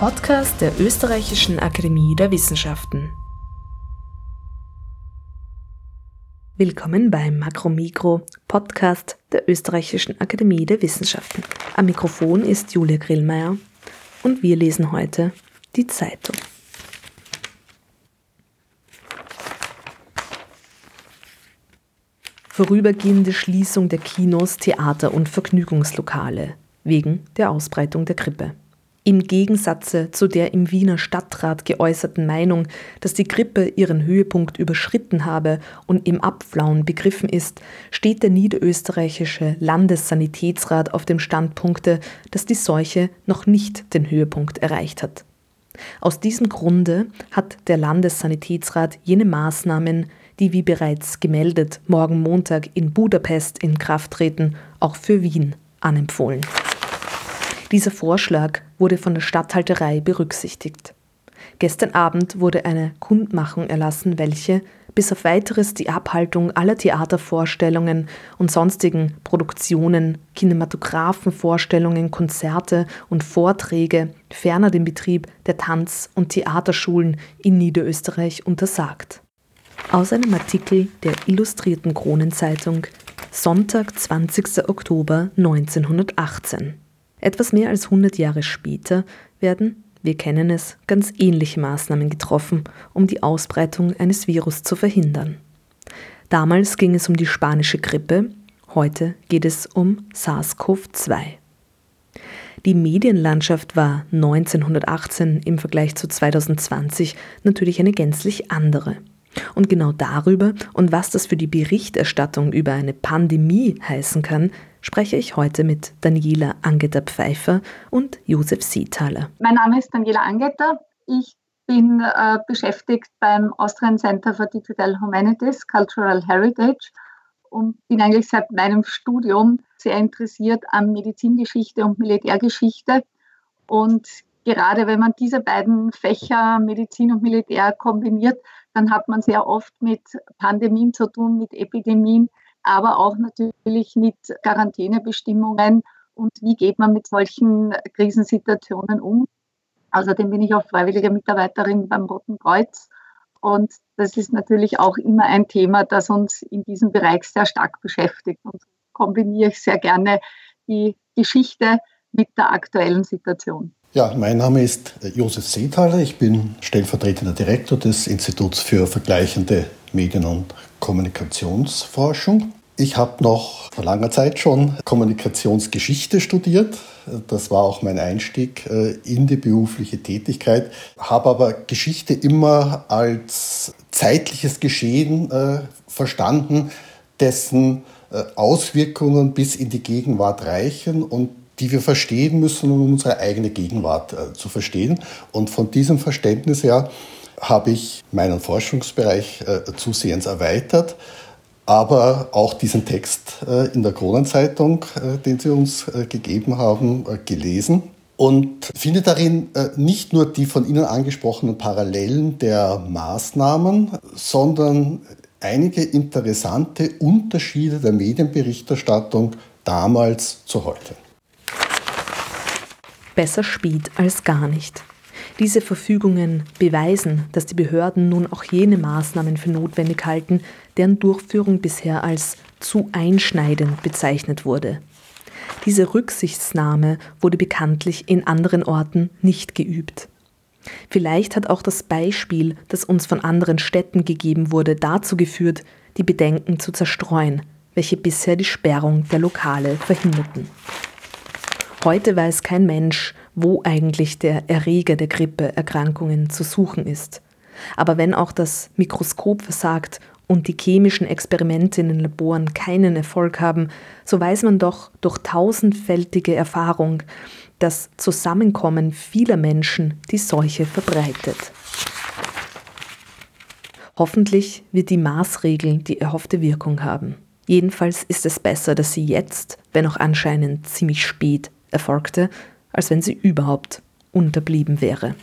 Podcast der Österreichischen Akademie der Wissenschaften. Willkommen beim Makromikro Podcast der Österreichischen Akademie der Wissenschaften. Am Mikrofon ist Julia Grillmeier und wir lesen heute die Zeitung. Vorübergehende Schließung der Kinos, Theater und Vergnügungslokale wegen der Ausbreitung der Grippe. Im Gegensatz zu der im Wiener Stadtrat geäußerten Meinung, dass die Grippe ihren Höhepunkt überschritten habe und im Abflauen begriffen ist, steht der niederösterreichische Landessanitätsrat auf dem Standpunkte, dass die Seuche noch nicht den Höhepunkt erreicht hat. Aus diesem Grunde hat der Landessanitätsrat jene Maßnahmen, die wie bereits gemeldet morgen Montag in Budapest in Kraft treten, auch für Wien anempfohlen. Dieser Vorschlag wurde von der Statthalterei berücksichtigt. Gestern Abend wurde eine Kundmachung erlassen, welche bis auf Weiteres die Abhaltung aller Theatervorstellungen und sonstigen Produktionen, Kinematographenvorstellungen, Konzerte und Vorträge, ferner den Betrieb der Tanz- und Theaterschulen in Niederösterreich untersagt. Aus einem Artikel der Illustrierten Kronenzeitung, Sonntag, 20. Oktober 1918. Etwas mehr als 100 Jahre später werden, wir kennen es, ganz ähnliche Maßnahmen getroffen, um die Ausbreitung eines Virus zu verhindern. Damals ging es um die spanische Grippe, heute geht es um SARS-CoV-2. Die Medienlandschaft war 1918 im Vergleich zu 2020 natürlich eine gänzlich andere. Und genau darüber und was das für die Berichterstattung über eine Pandemie heißen kann, spreche ich heute mit Daniela Angeter-Pfeiffer und Josef Seethaler. Mein Name ist Daniela Angeter. Ich bin beschäftigt beim Austrian Center for Digital Humanities, Cultural Heritage und bin eigentlich seit meinem Studium sehr interessiert an Medizingeschichte und Militärgeschichte. Und gerade wenn man diese beiden Fächer, Medizin und Militär, kombiniert, dann hat man sehr oft mit Pandemien zu tun, mit Epidemien, aber auch natürlich mit Quarantänebestimmungen und wie geht man mit solchen Krisensituationen um. Außerdem bin ich auch freiwillige Mitarbeiterin beim Roten Kreuz und das ist natürlich auch immer ein Thema, das uns in diesem Bereich sehr stark beschäftigt und kombiniere ich sehr gerne die Geschichte mit der aktuellen Situation. Ja, mein Name ist Josef Seethaler. Ich bin stellvertretender Direktor des Instituts für vergleichende Medien- und Kommunikationsforschung. Ich habe noch vor langer Zeit schon Kommunikationsgeschichte studiert. Das war auch mein Einstieg in die berufliche Tätigkeit. Habe aber Geschichte immer als zeitliches Geschehen verstanden, dessen Auswirkungen bis in die Gegenwart reichen und die wir verstehen müssen, um unsere eigene Gegenwart zu verstehen. Und von diesem Verständnis her habe ich meinen Forschungsbereich zusehends erweitert, aber auch diesen Text in der Kronenzeitung, den Sie uns gegeben haben, gelesen und finde darin nicht nur die von Ihnen angesprochenen Parallelen der Maßnahmen, sondern einige interessante Unterschiede der Medienberichterstattung damals zu heute. Besser spät als gar nicht. Diese Verfügungen beweisen, dass die Behörden nun auch jene Maßnahmen für notwendig halten, deren Durchführung bisher als zu einschneidend bezeichnet wurde. Diese Rücksichtsnahme wurde bekanntlich in anderen Orten nicht geübt. Vielleicht hat auch das Beispiel, das uns von anderen Städten gegeben wurde, dazu geführt, die Bedenken zu zerstreuen, welche bisher die Sperrung der Lokale verhinderten. Heute weiß kein Mensch, wo eigentlich der Erreger der Grippeerkrankungen zu suchen ist. Aber wenn auch das Mikroskop versagt und die chemischen Experimente in den Laboren keinen Erfolg haben, so weiß man doch durch tausendfältige Erfahrung, das Zusammenkommen vieler Menschen die Seuche verbreitet. Hoffentlich wird die Maßregel die erhoffte Wirkung haben. Jedenfalls ist es besser, dass sie jetzt, wenn auch anscheinend ziemlich spät, erfolgte, als wenn sie überhaupt unterblieben wäre.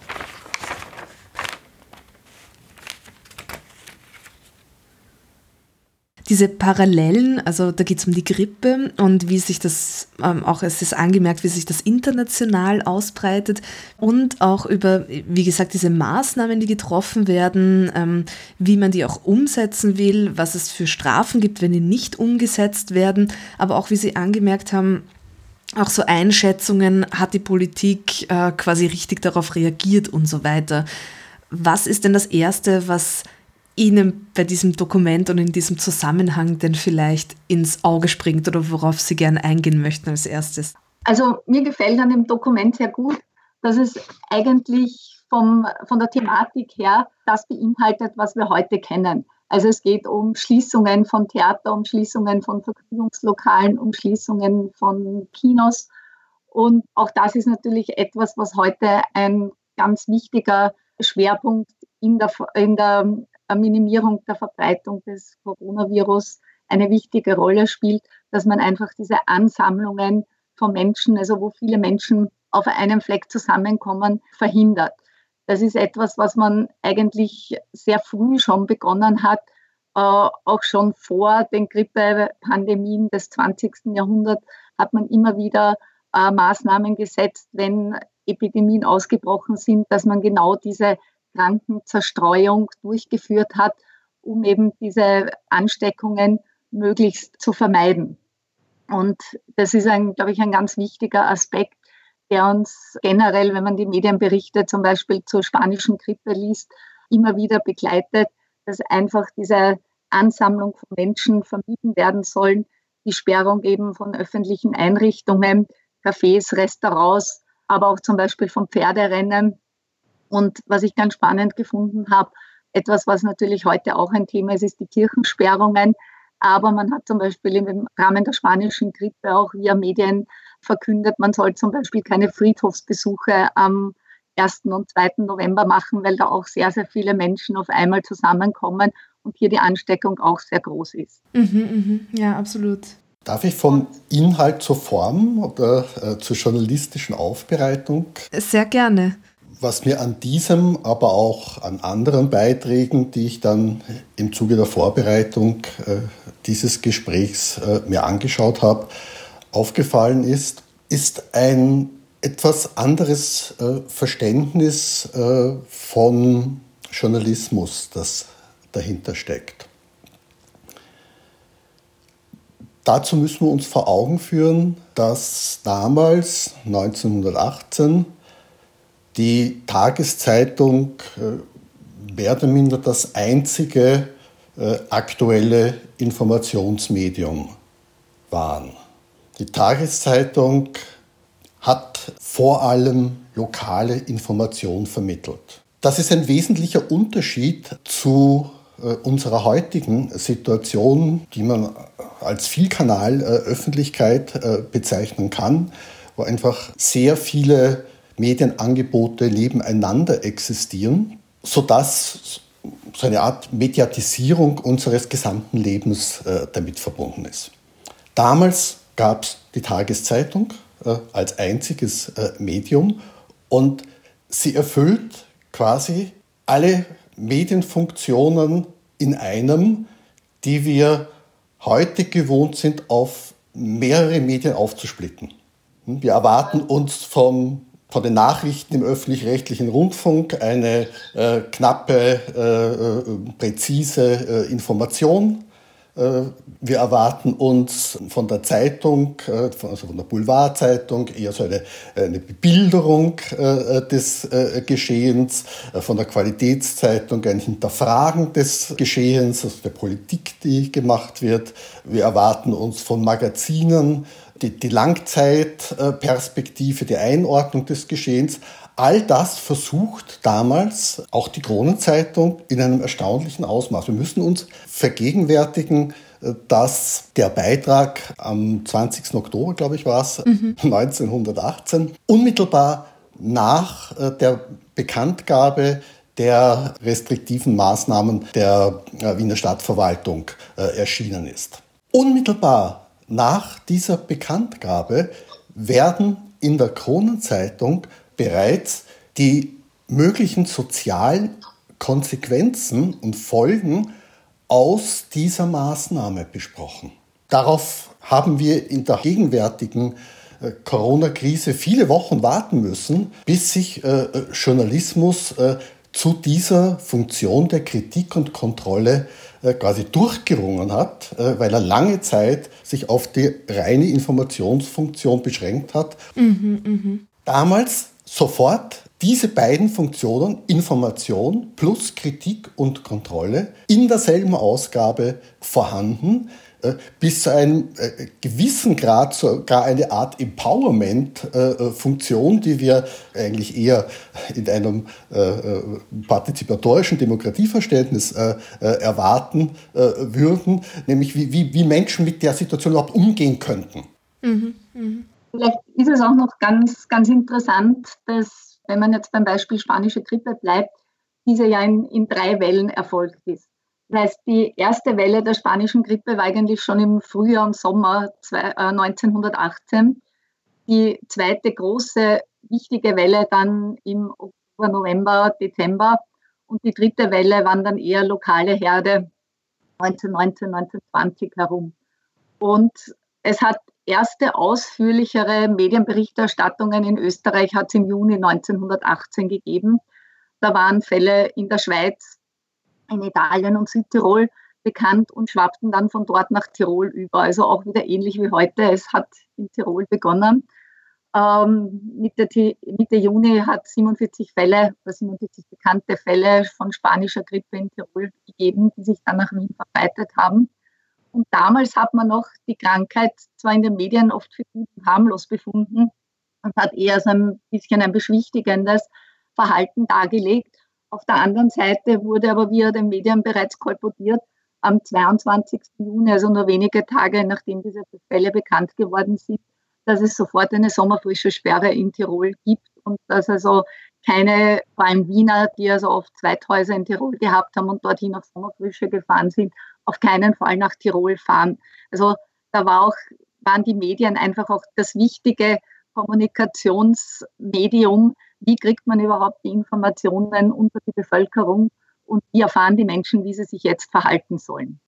Diese Parallelen, also da geht es um die Grippe und wie sich das, auch es ist angemerkt, wie sich das international ausbreitet und auch über, wie gesagt, diese Maßnahmen, die getroffen werden, wie man die auch umsetzen will, was es für Strafen gibt, wenn die nicht umgesetzt werden, aber auch, wie Sie angemerkt haben, auch so Einschätzungen, hat die Politik quasi richtig darauf reagiert und so weiter. Was ist denn das Erste, was Ihnen bei diesem Dokument und in diesem Zusammenhang denn vielleicht ins Auge springt oder worauf Sie gerne eingehen möchten als erstes? Also mir gefällt an dem Dokument sehr gut, dass es eigentlich von der Thematik her das beinhaltet, was wir heute kennen. Also es geht um Schließungen von Theater, um Schließungen von Vergnügungslokalen, um Schließungen von Kinos. Und auch das ist natürlich etwas, was heute ein ganz wichtiger Schwerpunkt in der Minimierung der Verbreitung des Coronavirus eine wichtige Rolle spielt, dass man einfach diese Ansammlungen von Menschen, also wo viele Menschen auf einem Fleck zusammenkommen, verhindert. Das ist etwas, was man eigentlich sehr früh schon begonnen hat, auch schon vor den Grippepandemien des 20. Jahrhunderts hat man immer wieder Maßnahmen gesetzt, wenn Epidemien ausgebrochen sind, dass man genau diese Krankenzerstreuung durchgeführt hat, um eben diese Ansteckungen möglichst zu vermeiden. Und das ist, glaube ich, ein ganz wichtiger Aspekt, der uns generell, wenn man die Medienberichte zum Beispiel zur spanischen Grippe liest, immer wieder begleitet, dass einfach diese Ansammlung von Menschen vermieden werden sollen, die Sperrung eben von öffentlichen Einrichtungen, Cafés, Restaurants, aber auch zum Beispiel von Pferderennen. Und was ich ganz spannend gefunden habe, etwas, was natürlich heute auch ein Thema ist, ist die Kirchensperrungen. Aber man hat zum Beispiel im Rahmen der spanischen Grippe auch via Medien verkündet, man soll zum Beispiel keine Friedhofsbesuche am 1. und 2. November machen, weil da auch sehr, sehr viele Menschen auf einmal zusammenkommen und hier die Ansteckung auch sehr groß ist. Ja, absolut. Darf ich vom Inhalt zur Form oder zur journalistischen Aufbereitung? Sehr gerne. Was mir an diesem, aber auch an anderen Beiträgen, die ich dann im Zuge der Vorbereitung dieses Gesprächs mir angeschaut habe, aufgefallen ist ein etwas anderes Verständnis von Journalismus, das dahinter steckt. Dazu müssen wir uns vor Augen führen, dass damals, 1918, die Tageszeitung mehr oder minder das einzige aktuelle Informationsmedium waren. Die Tageszeitung hat vor allem lokale Information vermittelt. Das ist ein wesentlicher Unterschied zu unserer heutigen Situation, die man als Vielkanal-Öffentlichkeit bezeichnen kann, wo einfach sehr viele Medienangebote nebeneinander existieren, sodass so eine Art Mediatisierung unseres gesamten Lebens damit verbunden ist. Damals gab es die Tageszeitung als einziges Medium und sie erfüllt quasi alle Medienfunktionen in einem, die wir heute gewohnt sind, auf mehrere Medien aufzusplitten. Wir erwarten uns von den Nachrichten im öffentlich-rechtlichen Rundfunk eine knappe, präzise Information. Wir erwarten uns von der Zeitung, also von der Boulevardzeitung, eher so eine Bebilderung des Geschehens, von der Qualitätszeitung ein Hinterfragen des Geschehens, also der Politik, die gemacht wird. Wir erwarten uns von Magazinen die Langzeitperspektive, die Einordnung des Geschehens. All das versucht damals auch die Kronenzeitung in einem erstaunlichen Ausmaß. Wir müssen uns vergegenwärtigen, dass der Beitrag am 20. Oktober, glaube ich, war es, 1918, unmittelbar nach der Bekanntgabe der restriktiven Maßnahmen der Wiener Stadtverwaltung erschienen ist. Unmittelbar nach dieser Bekanntgabe werden in der Kronenzeitung bereits die möglichen sozialen Konsequenzen und Folgen aus dieser Maßnahme besprochen. Darauf haben wir in der gegenwärtigen Corona-Krise viele Wochen warten müssen, bis sich Journalismus zu dieser Funktion der Kritik und Kontrolle quasi durchgerungen hat, weil er lange Zeit sich auf die reine Informationsfunktion beschränkt hat. Damals sofort diese beiden Funktionen, Information plus Kritik und Kontrolle, in derselben Ausgabe vorhanden, bis zu einem gewissen Grad sogar eine Art Empowerment-Funktion, die wir eigentlich eher in einem partizipatorischen Demokratieverständnis erwarten würden, nämlich wie Menschen mit der Situation überhaupt umgehen könnten. Vielleicht ist es auch noch ganz, ganz interessant, dass, wenn man jetzt beim Beispiel spanische Grippe bleibt, diese ja in 3 Wellen erfolgt ist. Das heißt, die erste Welle der spanischen Grippe war eigentlich schon im Frühjahr und Sommer 1918. Die zweite große, wichtige Welle dann im Oktober, November, Dezember. Und die dritte Welle waren dann eher lokale Herde 1919, 1920 herum. Und es hat erste ausführlichere Medienberichterstattungen in Österreich hat es im Juni 1918 gegeben. Da waren Fälle in der Schweiz, in Italien und Südtirol bekannt und schwappten dann von dort nach Tirol über. Also auch wieder ähnlich wie heute. Es hat in Tirol begonnen. Mitte Juni hat 47 bekannte Fälle von spanischer Grippe in Tirol gegeben, die sich dann nach Wien verbreitet haben. Und damals hat man noch die Krankheit zwar in den Medien oft für gut und harmlos befunden und hat eher so ein bisschen ein beschwichtigendes Verhalten dargelegt. Auf der anderen Seite wurde aber via den Medien bereits kolportiert, am 22. Juni, also nur wenige Tage nachdem diese Fälle bekannt geworden sind, dass es sofort eine sommerfrische Sperre in Tirol gibt und dass also keine, vor allem Wiener, die also oft Zweithäuser in Tirol gehabt haben und dorthin auf Sommerfrische gefahren sind, auf keinen Fall nach Tirol fahren. Also da waren die Medien einfach auch das wichtige Kommunikationsmedium. Wie kriegt man überhaupt die Informationen unter die Bevölkerung und wie erfahren die Menschen, wie sie sich jetzt verhalten sollen?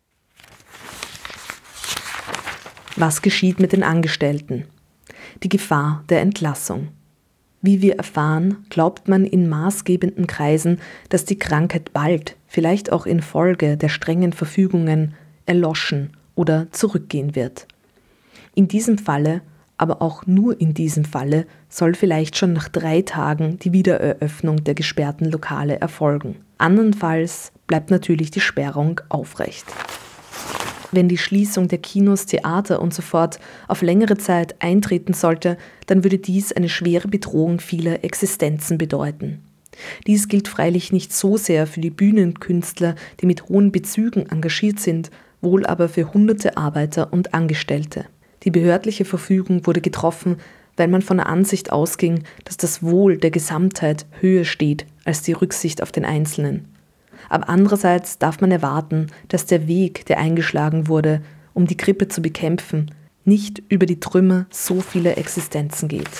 Was geschieht mit den Angestellten? Die Gefahr der Entlassung. Wie wir erfahren, glaubt man in maßgebenden Kreisen, dass die Krankheit bald, vielleicht auch infolge der strengen Verfügungen, erloschen oder zurückgehen wird. In diesem Falle, aber auch nur in diesem Falle, soll vielleicht schon nach 3 Tagen die Wiedereröffnung der gesperrten Lokale erfolgen. Andernfalls bleibt natürlich die Sperrung aufrecht. Wenn die Schließung der Kinos, Theater und so fort auf längere Zeit eintreten sollte, dann würde dies eine schwere Bedrohung vieler Existenzen bedeuten. Dies gilt freilich nicht so sehr für die Bühnenkünstler, die mit hohen Bezügen engagiert sind, wohl aber für hunderte Arbeiter und Angestellte. Die behördliche Verfügung wurde getroffen, weil man von der Ansicht ausging, dass das Wohl der Gesamtheit höher steht als die Rücksicht auf den Einzelnen. Aber andererseits darf man erwarten, dass der Weg, der eingeschlagen wurde, um die Grippe zu bekämpfen, nicht über die Trümmer so vieler Existenzen geht.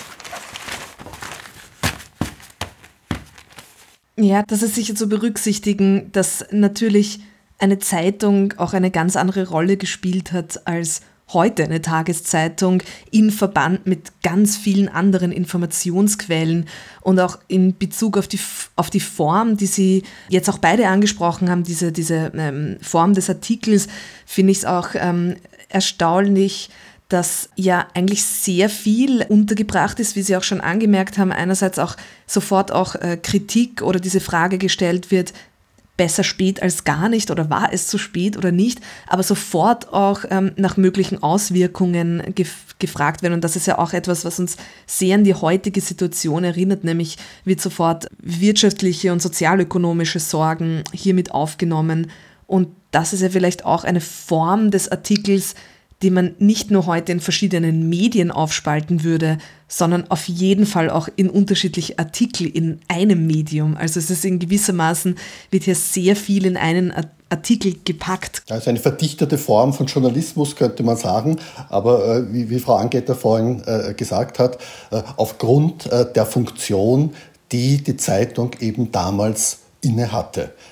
Ja, das ist sicher zu berücksichtigen, dass natürlich eine Zeitung auch eine ganz andere Rolle gespielt hat als heute eine Tageszeitung in Verband mit ganz vielen anderen Informationsquellen und auch in Bezug auf die Form, die Sie jetzt auch beide angesprochen haben, diese Form des Artikels, finde ich es auch erstaunlich, dass ja eigentlich sehr viel untergebracht ist, wie Sie auch schon angemerkt haben, einerseits auch sofort auch Kritik oder diese Frage gestellt wird, besser spät als gar nicht oder war es zu spät oder nicht, aber sofort auch nach möglichen Auswirkungen gefragt werden. Und das ist ja auch etwas, was uns sehr an die heutige Situation erinnert, nämlich wird sofort wirtschaftliche und sozialökonomische Sorgen hiermit aufgenommen. Und das ist ja vielleicht auch eine Form des Artikels, die man nicht nur heute in verschiedenen Medien aufspalten würde, sondern auf jeden Fall auch in unterschiedliche Artikel in einem Medium. Also es ist in gewissermaßen, wird hier sehr viel in einen Artikel gepackt. Also eine verdichtete Form von Journalismus, könnte man sagen, aber wie Frau Angeter vorhin gesagt hat, aufgrund der Funktion, die die Zeitung eben damals inne hatte.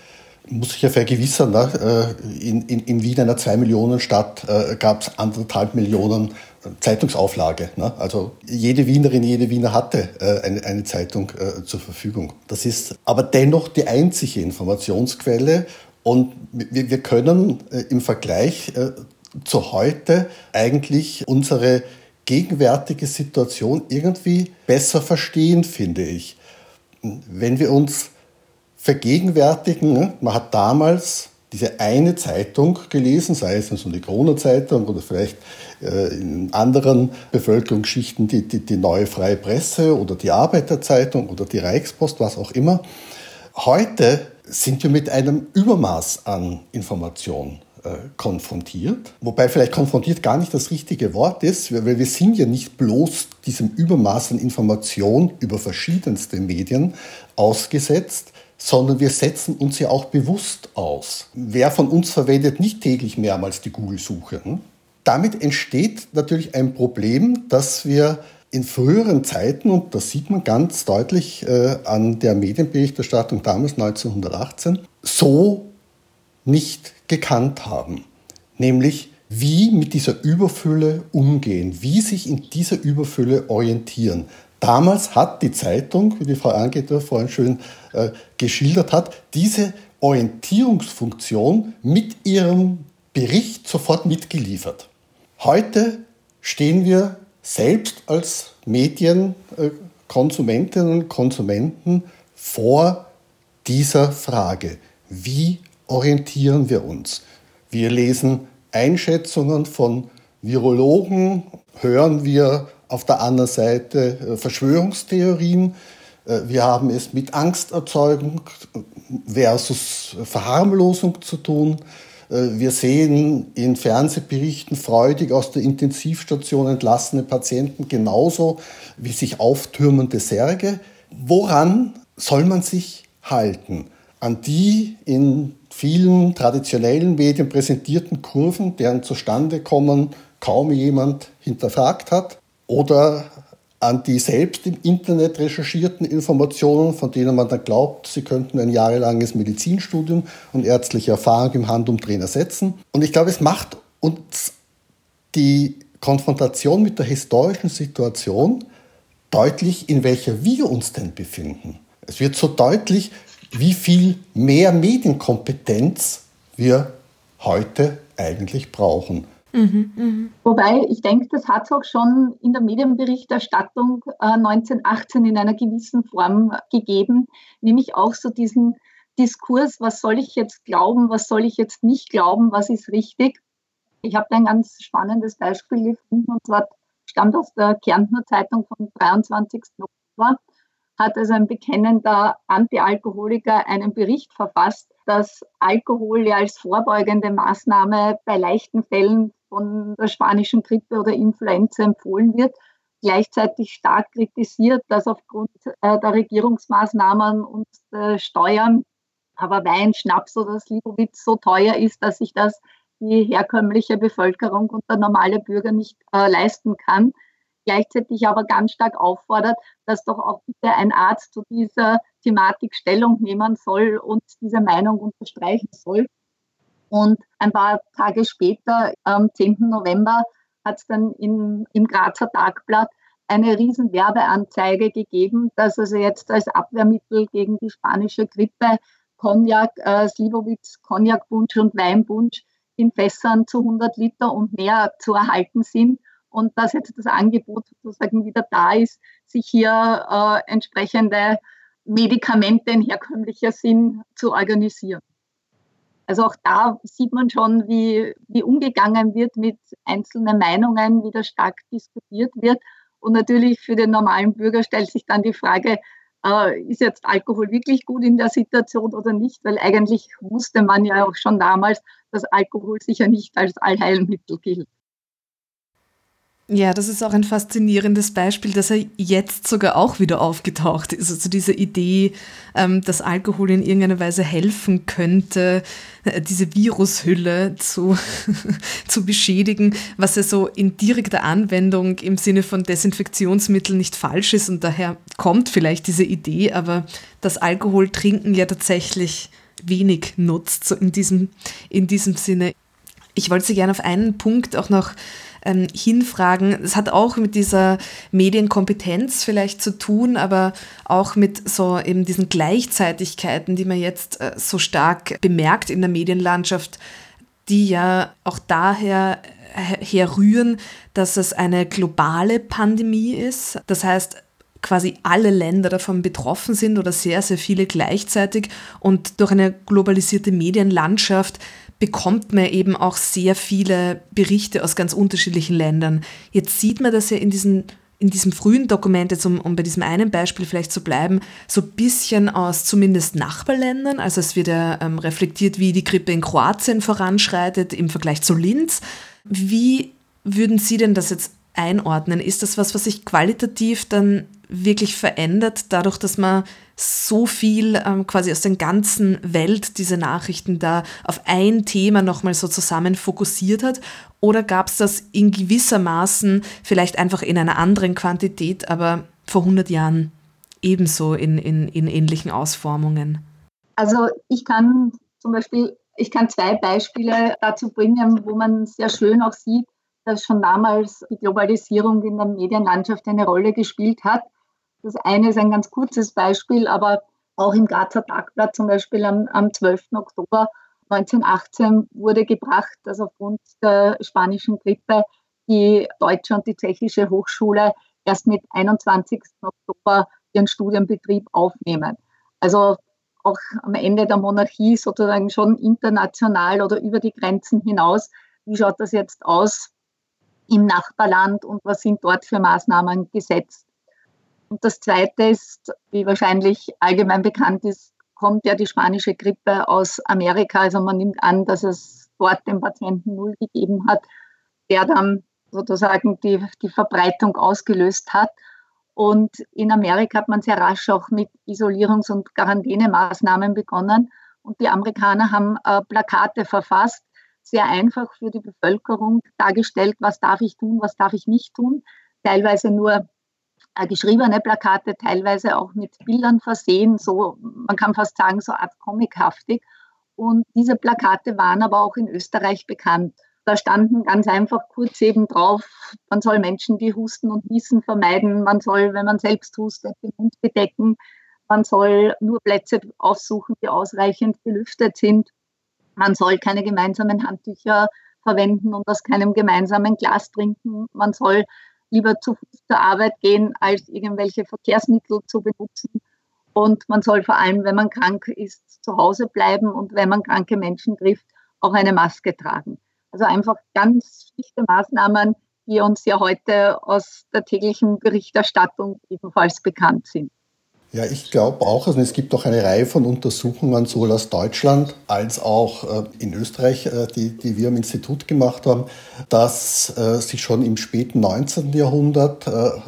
muss sich ja vergewissern, ne? In Wien, einer 2 Millionen Stadt, gab es 1,5 Millionen Zeitungsauflage. Ne? Also jede Wienerin, jede Wiener hatte eine Zeitung zur Verfügung. Das ist aber dennoch die einzige Informationsquelle und wir können im Vergleich zu heute eigentlich unsere gegenwärtige Situation irgendwie besser verstehen, finde ich. Wenn wir uns vergegenwärtigen, man hat damals diese eine Zeitung gelesen, sei es so die Corona-Zeitung oder vielleicht in anderen Bevölkerungsschichten die Neue Freie Presse oder die Arbeiterzeitung oder die Reichspost, was auch immer. Heute sind wir mit einem Übermaß an Information konfrontiert, wobei vielleicht konfrontiert gar nicht das richtige Wort ist, weil wir sind ja nicht bloß diesem Übermaß an Information über verschiedenste Medien ausgesetzt, sondern wir setzen uns ja auch bewusst aus. Wer von uns verwendet nicht täglich mehrmals die Google-Suche? Damit entsteht natürlich ein Problem, dass wir in früheren Zeiten, und das sieht man ganz deutlich an der Medienberichterstattung damals 1918, so nicht gekannt haben. Nämlich, wie mit dieser Überfülle umgehen, wie sich in dieser Überfülle orientieren. Damals hat die Zeitung, wie die Frau Angeter vorhin schön geschildert hat, diese Orientierungsfunktion mit ihrem Bericht sofort mitgeliefert. Heute stehen wir selbst als Medienkonsumentinnen und Konsumenten vor dieser Frage. Wie orientieren wir uns? Wir lesen Einschätzungen von Virologen, hören wir auf der anderen Seite Verschwörungstheorien. Wir haben es mit Angsterzeugung versus Verharmlosung zu tun. Wir sehen in Fernsehberichten freudig aus der Intensivstation entlassene Patienten genauso wie sich auftürmende Särge. Woran soll man sich halten? An die in vielen traditionellen Medien präsentierten Kurven, deren Zustandekommen kaum jemand hinterfragt hat? Oder an die selbst im Internet recherchierten Informationen, von denen man dann glaubt, sie könnten ein jahrelanges Medizinstudium und ärztliche Erfahrung im Handumdrehen ersetzen. Und ich glaube, es macht uns die Konfrontation mit der historischen Situation deutlich, in welcher wir uns denn befinden. Es wird so deutlich, wie viel mehr Medienkompetenz wir heute eigentlich brauchen. Wobei, ich denke, das hat es auch schon in der Medienberichterstattung 1918 in einer gewissen Form gegeben, nämlich auch so diesen Diskurs, was soll ich jetzt glauben, was soll ich jetzt nicht glauben, was ist richtig. Ich habe da ein ganz spannendes Beispiel gefunden, und zwar stammt aus der Kärntner Zeitung vom 23. Oktober, hat also ein bekennender Antialkoholiker einen Bericht verfasst, dass Alkohol ja als vorbeugende Maßnahme bei leichten Fällen von der spanischen Grippe oder Influenza empfohlen wird, gleichzeitig stark kritisiert, dass aufgrund der Regierungsmaßnahmen und Steuern aber Wein, Schnaps oder Slivovitz so teuer ist, dass sich das die herkömmliche Bevölkerung und der normale Bürger nicht leisten kann. Gleichzeitig aber ganz stark auffordert, dass doch auch bitte ein Arzt zu dieser Thematik Stellung nehmen soll und diese Meinung unterstreichen soll. Und ein paar Tage später, am 10. November, hat es dann im Grazer Tagblatt eine riesen Werbeanzeige gegeben, dass also jetzt als Abwehrmittel gegen die spanische Grippe Cognac, Slivovitz, Cognac-Punsch und Weinpunsch in Fässern zu 100 Liter und mehr zu erhalten sind. Und dass jetzt das Angebot sozusagen wieder da ist, sich hier entsprechende Medikamente in herkömmlicher Sinn zu organisieren. Also auch da sieht man schon, wie umgegangen wird mit einzelnen Meinungen, wie da stark diskutiert wird. Und natürlich für den normalen Bürger stellt sich dann die Frage, ist jetzt Alkohol wirklich gut in der Situation oder nicht? Weil eigentlich wusste man ja auch schon damals, dass Alkohol sicher nicht als Allheilmittel gilt. Ja, das ist auch ein faszinierendes Beispiel, dass er jetzt sogar auch wieder aufgetaucht ist. Also diese Idee, dass Alkohol in irgendeiner Weise helfen könnte, diese Virushülle zu beschädigen, was ja so in direkter Anwendung im Sinne von Desinfektionsmitteln nicht falsch ist. Und daher kommt vielleicht diese Idee, aber dass Alkohol trinken ja tatsächlich wenig nutzt, so in diesem Sinne. Ich wollte Sie gerne auf einen Punkt auch noch hinfragen. Es hat auch mit dieser Medienkompetenz vielleicht zu tun, aber auch mit so eben diesen Gleichzeitigkeiten, die man jetzt so stark bemerkt in der Medienlandschaft, die ja auch daher herrühren, dass es eine globale Pandemie ist. Das heißt, quasi alle Länder davon betroffen sind oder sehr, sehr viele gleichzeitig. Und durch eine globalisierte Medienlandschaft bekommt man eben auch sehr viele Berichte aus ganz unterschiedlichen Ländern. Jetzt sieht man das ja in diesem frühen Dokument, jetzt um bei diesem einen Beispiel vielleicht zu bleiben, so ein bisschen aus zumindest Nachbarländern. Also es wird ja reflektiert, wie die Grippe in Kroatien voranschreitet im Vergleich zu Linz. Wie würden Sie denn das jetzt einordnen? Ist das was sich qualitativ dann wirklich verändert, dadurch, dass man so viel quasi aus der ganzen Welt diese Nachrichten da auf ein Thema nochmal so zusammen fokussiert hat? Oder gab es das in gewissermaßen vielleicht einfach in einer anderen Quantität, aber vor 100 Jahren ebenso in ähnlichen Ausformungen? Also ich kann zwei Beispiele dazu bringen, wo man sehr schön auch sieht, dass schon damals die Globalisierung in der Medienlandschaft eine Rolle gespielt hat. Das eine ist ein ganz kurzes Beispiel, aber auch im Grazer Tagblatt zum Beispiel am 12. Oktober 1918 wurde gebracht, dass aufgrund der spanischen Grippe die Deutsche und die Tschechische Hochschule erst mit 21. Oktober ihren Studienbetrieb aufnehmen. Also auch am Ende der Monarchie sozusagen schon international oder über die Grenzen hinaus. Wie schaut das jetzt aus im Nachbarland und was sind dort für Maßnahmen gesetzt? Und das Zweite ist, wie wahrscheinlich allgemein bekannt ist, kommt ja die spanische Grippe aus Amerika. Also man nimmt an, dass es dort den Patienten Null gegeben hat, der dann sozusagen die Verbreitung ausgelöst hat. Und in Amerika hat man sehr rasch auch mit Isolierungs- und Quarantänemaßnahmen begonnen. Und die Amerikaner haben Plakate verfasst, sehr einfach für die Bevölkerung dargestellt, was darf ich tun, was darf ich nicht tun. Teilweise nur geschriebene Plakate, teilweise auch mit Bildern versehen, so, man kann fast sagen, so Art comichaftig. Und diese Plakate waren aber auch in Österreich bekannt. Da standen ganz einfach kurz eben drauf, man soll Menschen, die husten und niesen, vermeiden. Man soll, wenn man selbst hustet, den Mund bedecken. Man soll nur Plätze aufsuchen, die ausreichend belüftet sind. Man soll keine gemeinsamen Handtücher verwenden und aus keinem gemeinsamen Glas trinken. Man soll lieber zu Fuß zur Arbeit gehen, als irgendwelche Verkehrsmittel zu benutzen. Und man soll vor allem, wenn man krank ist, zu Hause bleiben und wenn man kranke Menschen trifft, auch eine Maske tragen. Also einfach ganz schlichte Maßnahmen, die uns ja heute aus der täglichen Berichterstattung ebenfalls bekannt sind. Ja, ich glaube auch, also es gibt auch eine Reihe von Untersuchungen, sowohl aus Deutschland als auch in Österreich, die wir am Institut gemacht haben, dass sich schon im späten 19. Jahrhundert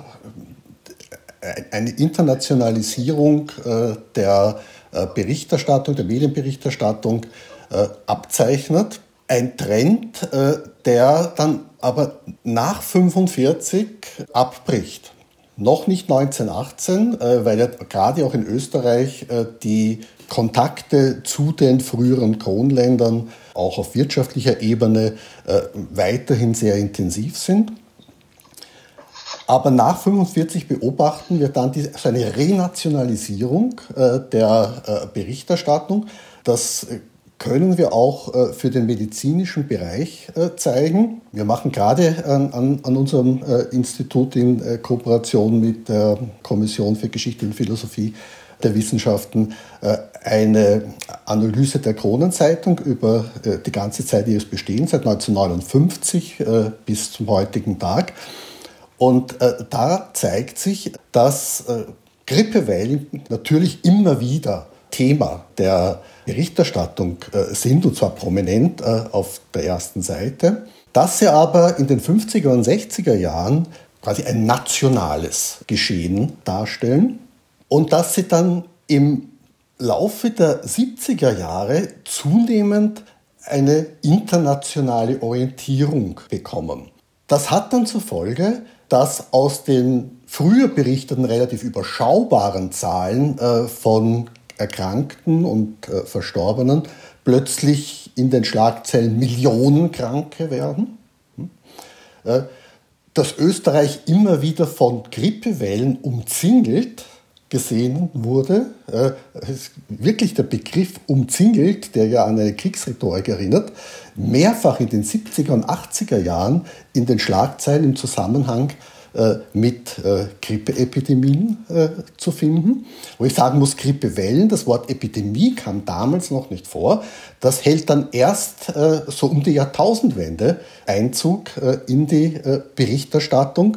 eine Internationalisierung der Berichterstattung, der Medienberichterstattung abzeichnet. Ein Trend, der dann aber nach 1945 abbricht. Noch nicht 1918, weil ja gerade auch in Österreich die Kontakte zu den früheren Kronländern auch auf wirtschaftlicher Ebene weiterhin sehr intensiv sind. Aber nach 1945 beobachten wir dann so eine Renationalisierung der Berichterstattung. Das können wir auch für den medizinischen Bereich zeigen. Wir machen gerade an unserem Institut in Kooperation mit der Kommission für Geschichte und Philosophie der Wissenschaften eine Analyse der Kronenzeitung über die ganze Zeit ihres Bestehens, seit 1959 bis zum heutigen Tag. Und da zeigt sich, dass Grippewellen natürlich immer wieder Thema der Berichterstattung sind, und zwar prominent auf der ersten Seite, dass sie aber in den 50er und 60er Jahren quasi ein nationales Geschehen darstellen und dass sie dann im Laufe der 70er Jahre zunehmend eine internationale Orientierung bekommen. Das hat dann zur Folge, dass aus den früher berichteten relativ überschaubaren Zahlen von Erkrankten und Verstorbenen plötzlich in den Schlagzeilen Millionen Kranke werden. Dass Österreich immer wieder von Grippewellen umzingelt gesehen wurde, ist wirklich der Begriff umzingelt, der ja an eine Kriegsrhetorik erinnert, mehrfach in den 70er und 80er Jahren in den Schlagzeilen im Zusammenhang mit Grippeepidemien zu finden. Wo ich sagen muss, Grippewellen, das Wort Epidemie kam damals noch nicht vor. Das hält dann erst so um die Jahrtausendwende Einzug in die Berichterstattung.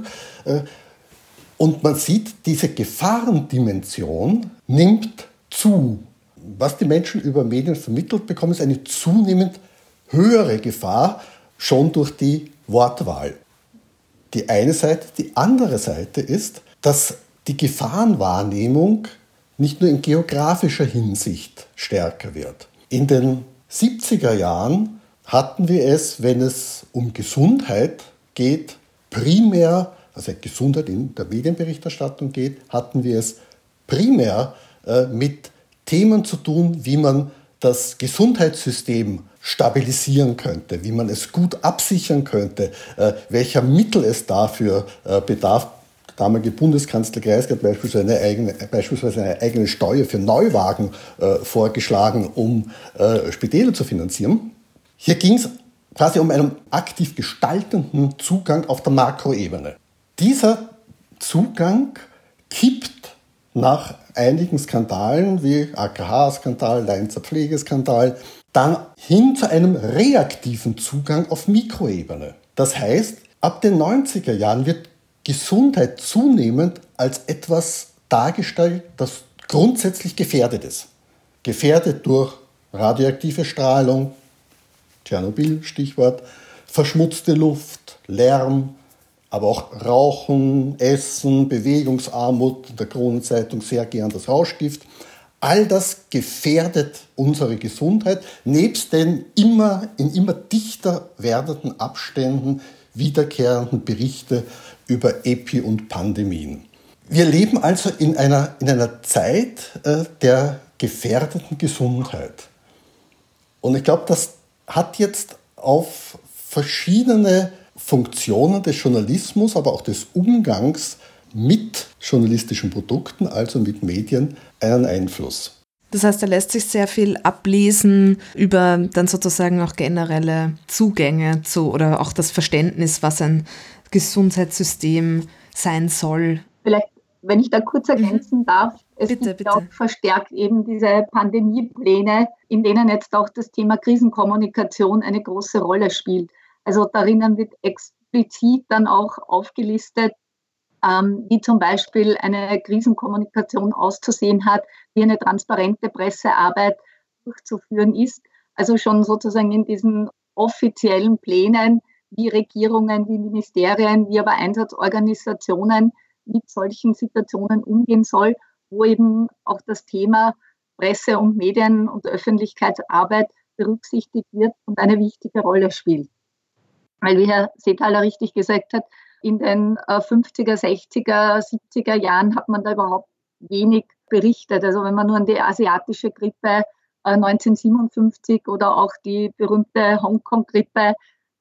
Und man sieht, diese Gefahrendimension nimmt zu. Was die Menschen über Medien vermittelt bekommen, ist eine zunehmend höhere Gefahr, schon durch die Wortwahl. Die eine Seite. Die andere Seite ist, dass die Gefahrenwahrnehmung nicht nur in geografischer Hinsicht stärker wird. In den 70er Jahren hatten wir es, wenn es um Gesundheit geht, primär, also Gesundheit in der Medienberichterstattung geht, hatten wir es primär mit Themen zu tun, wie man das Gesundheitssystem stabilisieren könnte, wie man es gut absichern könnte, welcher Mittel es dafür bedarf. Der damalige Bundeskanzler Kreisky hat beispielsweise eine eigene Steuer für Neuwagen vorgeschlagen, um Spitäler zu finanzieren. Hier ging es quasi um einen aktiv gestaltenden Zugang auf der Makroebene. Dieser Zugang kippt nach einigen Skandalen wie AKH-Skandal, Leinzer Pflegeskandal, dann hin zu einem reaktiven Zugang auf Mikroebene. Das heißt, ab den 90er Jahren wird Gesundheit zunehmend als etwas dargestellt, das grundsätzlich gefährdet ist. Gefährdet durch radioaktive Strahlung, Tschernobyl, Stichwort, verschmutzte Luft, Lärm, aber auch Rauchen, Essen, Bewegungsarmut, in der Kronenzeitung sehr gern das Rauschgift. All das gefährdet unsere Gesundheit, nebst den in immer dichter werdenden Abständen wiederkehrenden Berichte über Epi und Pandemien. Wir leben also in einer Zeit der gefährdeten Gesundheit. Und ich glaube, das hat jetzt auf verschiedene Funktionen des Journalismus, aber auch des Umgangs mit journalistischen Produkten, also mit Medien, einen Einfluss. Das heißt, da lässt sich sehr viel ablesen über dann sozusagen auch generelle Zugänge zu oder auch das Verständnis, was ein Gesundheitssystem sein soll. Vielleicht, wenn ich da kurz ergänzen darf, es gibt auch verstärkt eben diese Pandemiepläne, in denen jetzt auch das Thema Krisenkommunikation eine große Rolle spielt. Also darin wird explizit dann auch aufgelistet, wie zum Beispiel eine Krisenkommunikation auszusehen hat, wie eine transparente Pressearbeit durchzuführen ist. Also schon sozusagen in diesen offiziellen Plänen, wie Regierungen, wie Ministerien, wie aber Einsatzorganisationen mit solchen Situationen umgehen soll, wo eben auch das Thema Presse- und Medien- und Öffentlichkeitsarbeit berücksichtigt wird und eine wichtige Rolle spielt. Weil, wie Herr Seethaler richtig gesagt hat, in den 50er, 60er, 70er Jahren hat man da überhaupt wenig berichtet. Also wenn man nur an die asiatische Grippe 1957 oder auch die berühmte Hongkong-Grippe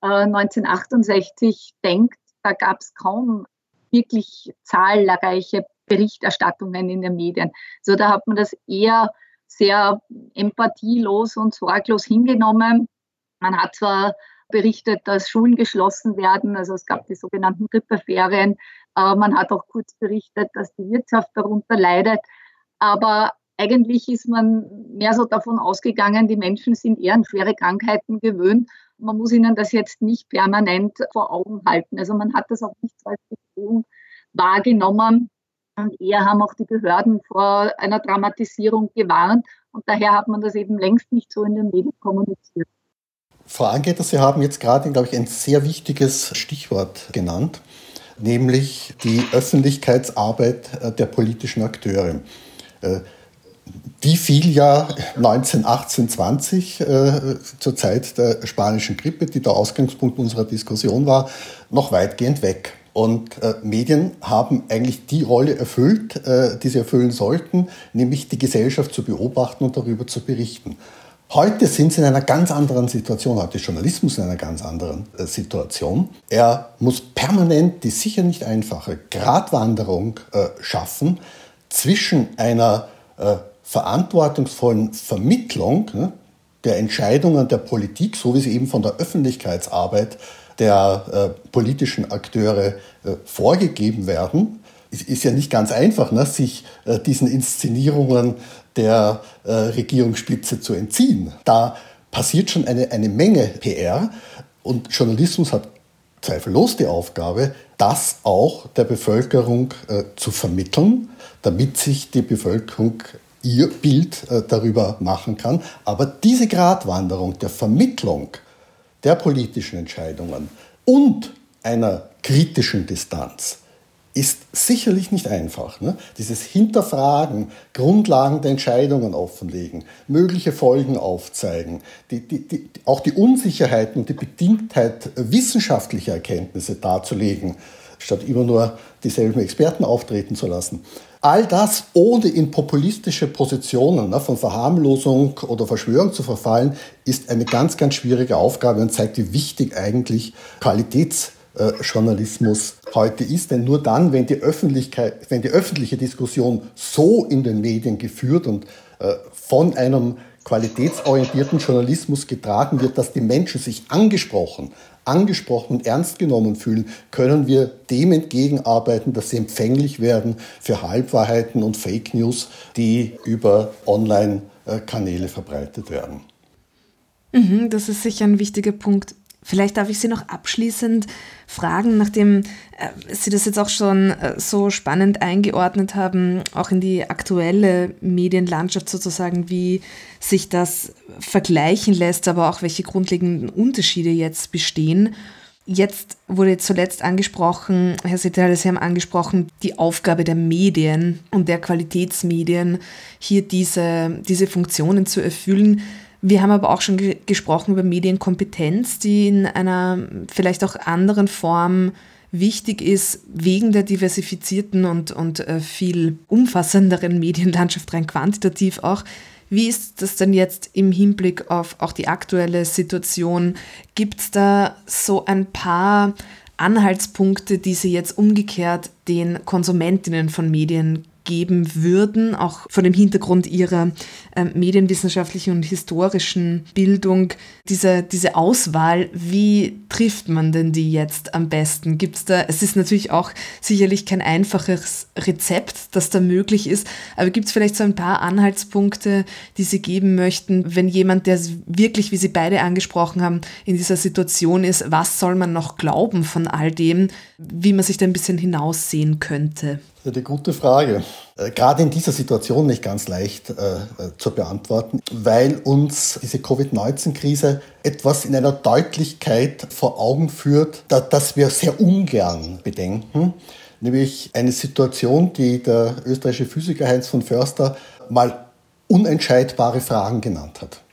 1968 denkt, da gab es kaum wirklich zahlreiche Berichterstattungen in den Medien. So da hat man das eher sehr empathielos und sorglos hingenommen. Man hat zwar berichtet, dass Schulen geschlossen werden, also es gab die sogenannten Grippeferien. Man hat auch kurz berichtet, dass die Wirtschaft darunter leidet. Aber eigentlich ist man mehr so davon ausgegangen, die Menschen sind eher an schwere Krankheiten gewöhnt. Man muss ihnen das jetzt nicht permanent vor Augen halten. Also man hat das auch nicht so als Bedrohung wahrgenommen. Und eher haben auch die Behörden vor einer Dramatisierung gewarnt. Und daher hat man das eben längst nicht so in den Medien kommuniziert. Frau Angeter, Sie haben jetzt gerade, glaube ich, ein sehr wichtiges Stichwort genannt, nämlich die Öffentlichkeitsarbeit der politischen Akteure. Die fiel ja 1918, zur Zeit der spanischen Grippe, die der Ausgangspunkt unserer Diskussion war, noch weitgehend weg. Und Medien haben eigentlich die Rolle erfüllt, die sie erfüllen sollten, nämlich die Gesellschaft zu beobachten und darüber zu berichten. Heute sind sie in einer ganz anderen Situation, heute ist Journalismus in einer ganz anderen Situation. Er muss permanent die sicher nicht einfache Gratwanderung schaffen zwischen einer verantwortungsvollen Vermittlung der Entscheidungen der Politik, so wie sie eben von der Öffentlichkeitsarbeit der politischen Akteure vorgegeben werden. Es ist ja nicht ganz einfach, sich diesen Inszenierungen der Regierungsspitze zu entziehen. Da passiert schon eine Menge PR und Journalismus hat zweifellos die Aufgabe, das auch der Bevölkerung zu vermitteln, damit sich die Bevölkerung ihr Bild darüber machen kann. Aber diese Gratwanderung der Vermittlung der politischen Entscheidungen und einer kritischen Distanz ist sicherlich nicht einfach. Dieses Hinterfragen, Grundlagen der Entscheidungen offenlegen, mögliche Folgen aufzeigen, auch die Unsicherheiten und die Bedingtheit wissenschaftlicher Erkenntnisse darzulegen, statt immer nur dieselben Experten auftreten zu lassen. All das, ohne in populistische Positionen von Verharmlosung oder Verschwörung zu verfallen, ist eine ganz, ganz schwierige Aufgabe und zeigt, wie wichtig eigentlich Qualitätsjournalismus heute ist. Denn nur dann, wenn die öffentliche Diskussion so in den Medien geführt und von einem qualitätsorientierten Journalismus getragen wird, dass die Menschen sich angesprochen und ernst genommen fühlen, können wir dem entgegenarbeiten, dass sie empfänglich werden für Halbwahrheiten und Fake News, die über Online-Kanäle verbreitet werden. Das ist sicher ein wichtiger Punkt. Vielleicht darf ich Sie noch abschließend fragen, nachdem Sie das jetzt auch schon so spannend eingeordnet haben, auch in die aktuelle Medienlandschaft sozusagen, wie sich das vergleichen lässt, aber auch welche grundlegenden Unterschiede jetzt bestehen. Jetzt wurde zuletzt angesprochen, Herr Seetal, Sie haben angesprochen, die Aufgabe der Medien und der Qualitätsmedien, hier diese Funktionen zu erfüllen. Wir haben aber auch schon gesprochen über Medienkompetenz, die in einer vielleicht auch anderen Form wichtig ist, wegen der diversifizierten und viel umfassenderen Medienlandschaft, rein quantitativ auch. Wie ist das denn jetzt im Hinblick auf auch die aktuelle Situation? Gibt es da so ein paar Anhaltspunkte, die Sie jetzt umgekehrt den Konsumentinnen von Medien geben würden, auch vor dem Hintergrund ihrer medienwissenschaftlichen und historischen Bildung, diese Auswahl, wie trifft man denn die jetzt am besten? Es ist natürlich auch sicherlich kein einfaches Rezept, das da möglich ist, aber gibt es vielleicht so ein paar Anhaltspunkte, die Sie geben möchten, wenn jemand, der wirklich, wie Sie beide angesprochen haben, in dieser Situation ist, was soll man noch glauben von all dem, wie man sich da ein bisschen hinaussehen könnte? Eine gute Frage. Gerade in dieser Situation nicht ganz leicht zu beantworten, weil uns diese Covid-19-Krise etwas in einer Deutlichkeit vor Augen führt, dass wir sehr ungern bedenken. Nämlich eine Situation, die der österreichische Physiker Heinz von Förster mal unentscheidbare Fragen genannt hat.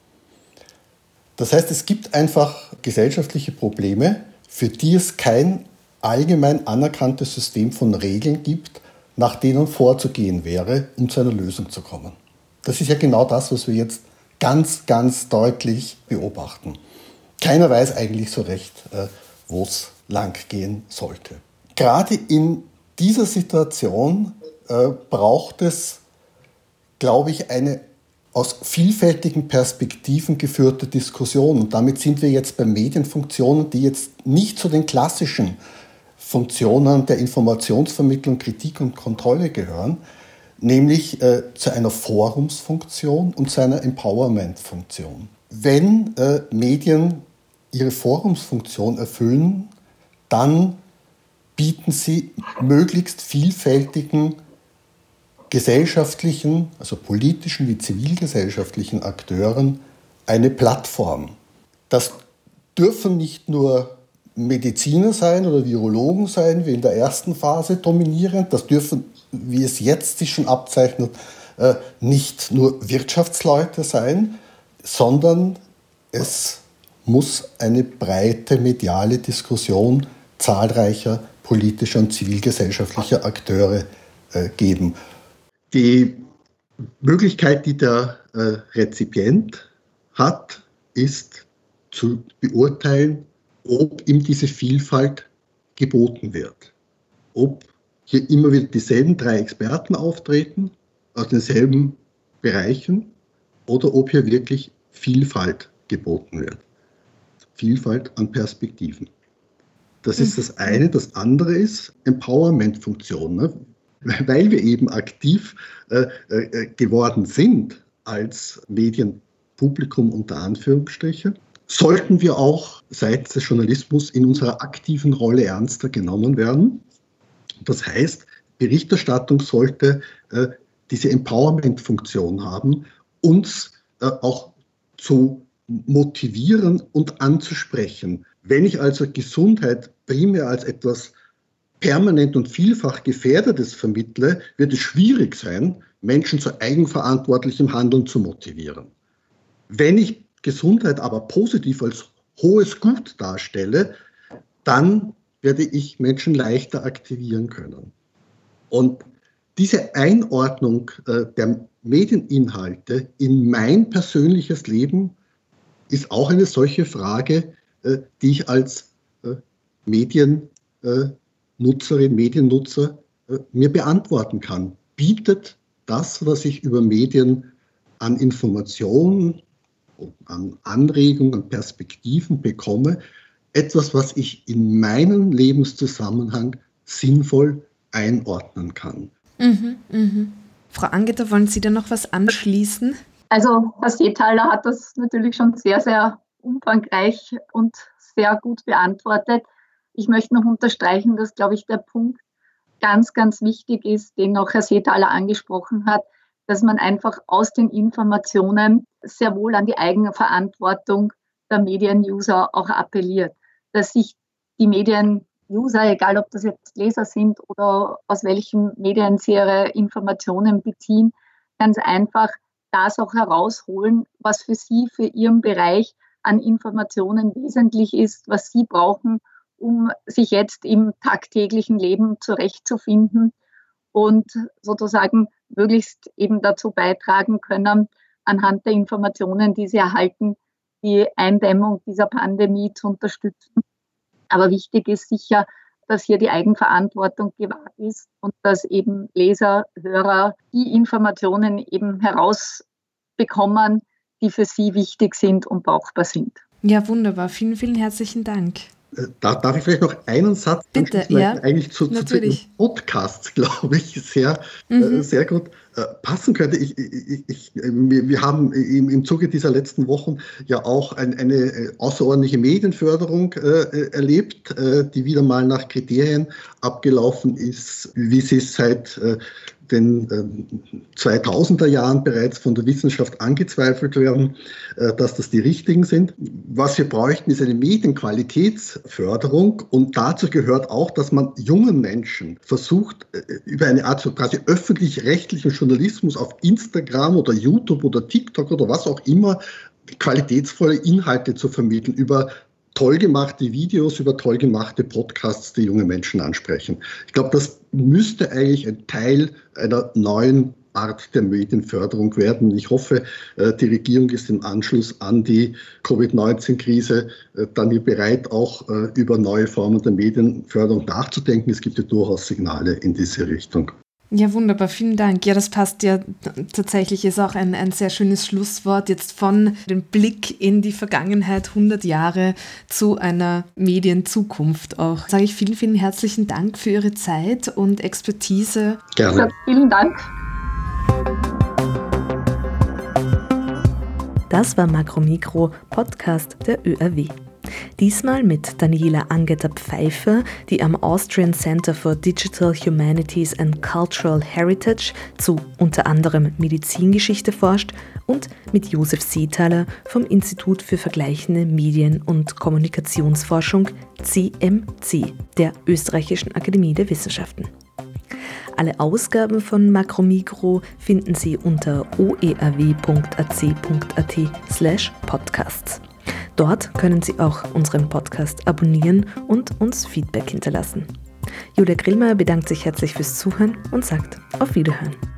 Das heißt, es gibt einfach gesellschaftliche Probleme, für die es kein allgemein anerkanntes System von Regeln gibt, nach denen vorzugehen wäre, um zu einer Lösung zu kommen. Das ist ja genau das, was wir jetzt ganz, ganz deutlich beobachten. Keiner weiß eigentlich so recht, wo es lang gehen sollte. Gerade in dieser Situation braucht es, glaube ich, eine aus vielfältigen Perspektiven geführte Diskussion. Und damit sind wir jetzt bei Medienfunktionen, die jetzt nicht zu den klassischen Funktionen der Informationsvermittlung, Kritik und Kontrolle gehören, nämlich zu einer Forumsfunktion und zu einer Empowerment-Funktion. Wenn Medien ihre Forumsfunktion erfüllen, dann bieten sie möglichst vielfältigen gesellschaftlichen, also politischen wie zivilgesellschaftlichen Akteuren eine Plattform. Das dürfen nicht nur Mediziner sein oder Virologen sein, wie in der ersten Phase dominierend. Das dürfen, wie es jetzt sich schon abzeichnet, nicht nur Wirtschaftsleute sein, sondern es muss eine breite mediale Diskussion zahlreicher politischer und zivilgesellschaftlicher Akteure geben. Die Möglichkeit, die der Rezipient hat, ist zu beurteilen, ob ihm diese Vielfalt geboten wird. Ob hier immer wieder dieselben 3 Experten auftreten, aus denselben Bereichen, oder ob hier wirklich Vielfalt geboten wird. Vielfalt an Perspektiven. Das ist das eine. Das andere ist Empowerment-Funktion. Ne? Weil wir eben aktiv geworden sind als Medienpublikum unter Anführungsstrichen, sollten wir auch seitens des Journalismus in unserer aktiven Rolle ernster genommen werden. Das heißt, Berichterstattung sollte diese Empowerment-Funktion haben, uns auch zu motivieren und anzusprechen. Wenn ich also Gesundheit primär als etwas permanent und vielfach Gefährdetes vermittle, wird es schwierig sein, Menschen zu eigenverantwortlichem Handeln zu motivieren. Wenn ich Gesundheit aber positiv als hohes Gut darstelle, dann werde ich Menschen leichter aktivieren können. Und diese Einordnung der Medieninhalte in mein persönliches Leben ist auch eine solche Frage, die ich als Mediennutzerin, Mediennutzer mir beantworten kann. Bietet das, was ich über Medien an Informationen, an Anregungen, an Perspektiven bekomme, etwas, was ich in meinen Lebenszusammenhang sinnvoll einordnen kann? Frau Angeter, wollen Sie da noch was anschließen? Also Herr Seethaler hat das natürlich schon sehr, sehr umfangreich und sehr gut beantwortet. Ich möchte noch unterstreichen, dass, glaube ich, der Punkt ganz, ganz wichtig ist, den auch Herr Seethaler angesprochen hat, dass man einfach aus den Informationen sehr wohl an die eigene Verantwortung der Medien-User auch appelliert. Dass sich die Medien-User, egal ob das jetzt Leser sind oder aus welchen Medien sie ihre Informationen beziehen, ganz einfach das auch herausholen, was für sie, für ihren Bereich an Informationen wesentlich ist, was sie brauchen, um sich jetzt im tagtäglichen Leben zurechtzufinden und sozusagen möglichst eben dazu beitragen können, anhand der Informationen, die sie erhalten, die Eindämmung dieser Pandemie zu unterstützen. Aber wichtig ist sicher, dass hier die Eigenverantwortung gewahrt ist und dass eben Leser, Hörer die Informationen eben herausbekommen, die für sie wichtig sind und brauchbar sind. Ja, wunderbar. Vielen, vielen herzlichen Dank. Darf ich vielleicht noch einen Satz anschließen? Ja, eigentlich zu den Podcasts, glaube ich, sehr gut passen könnte. Wir haben im Zuge dieser letzten Wochen ja auch eine außerordentliche Medienförderung erlebt, die wieder mal nach Kriterien abgelaufen ist, wie sie seit den 2000er Jahren bereits von der Wissenschaft angezweifelt werden, dass das die richtigen sind. Was wir bräuchten, ist eine Medienqualitätsförderung, und dazu gehört auch, dass man jungen Menschen versucht, über eine Art so quasi öffentlich-rechtlichen Journalismus auf Instagram oder YouTube oder TikTok oder was auch immer qualitätsvolle Inhalte zu vermitteln, über toll gemachte Videos, über toll gemachte Podcasts, die junge Menschen ansprechen. Ich glaube, das müsste eigentlich ein Teil einer neuen Art der Medienförderung werden. Ich hoffe, die Regierung ist im Anschluss an die Covid-19-Krise dann hier bereit, auch über neue Formen der Medienförderung nachzudenken. Es gibt ja durchaus Signale in diese Richtung. Ja, wunderbar, vielen Dank. Ja, das passt ja tatsächlich, ist auch ein sehr schönes Schlusswort jetzt von dem Blick in die Vergangenheit, 100 Jahre zu einer Medienzukunft auch. Sage ich vielen, vielen herzlichen Dank für Ihre Zeit und Expertise. Gerne. Ja, vielen Dank. Das war Makromikro, Podcast der ÖRW. Diesmal mit Daniela Angeter-Pfeiffer, die am Austrian Center for Digital Humanities and Cultural Heritage zu unter anderem Medizingeschichte forscht, und mit Josef Seethaler vom Institut für Vergleichende Medien- und Kommunikationsforschung CMC der Österreichischen Akademie der Wissenschaften. Alle Ausgaben von Makromikro finden Sie unter oerw.ac.at/podcasts. Dort können Sie auch unseren Podcast abonnieren und uns Feedback hinterlassen. Julia Grillmeier bedankt sich herzlich fürs Zuhören und sagt auf Wiederhören.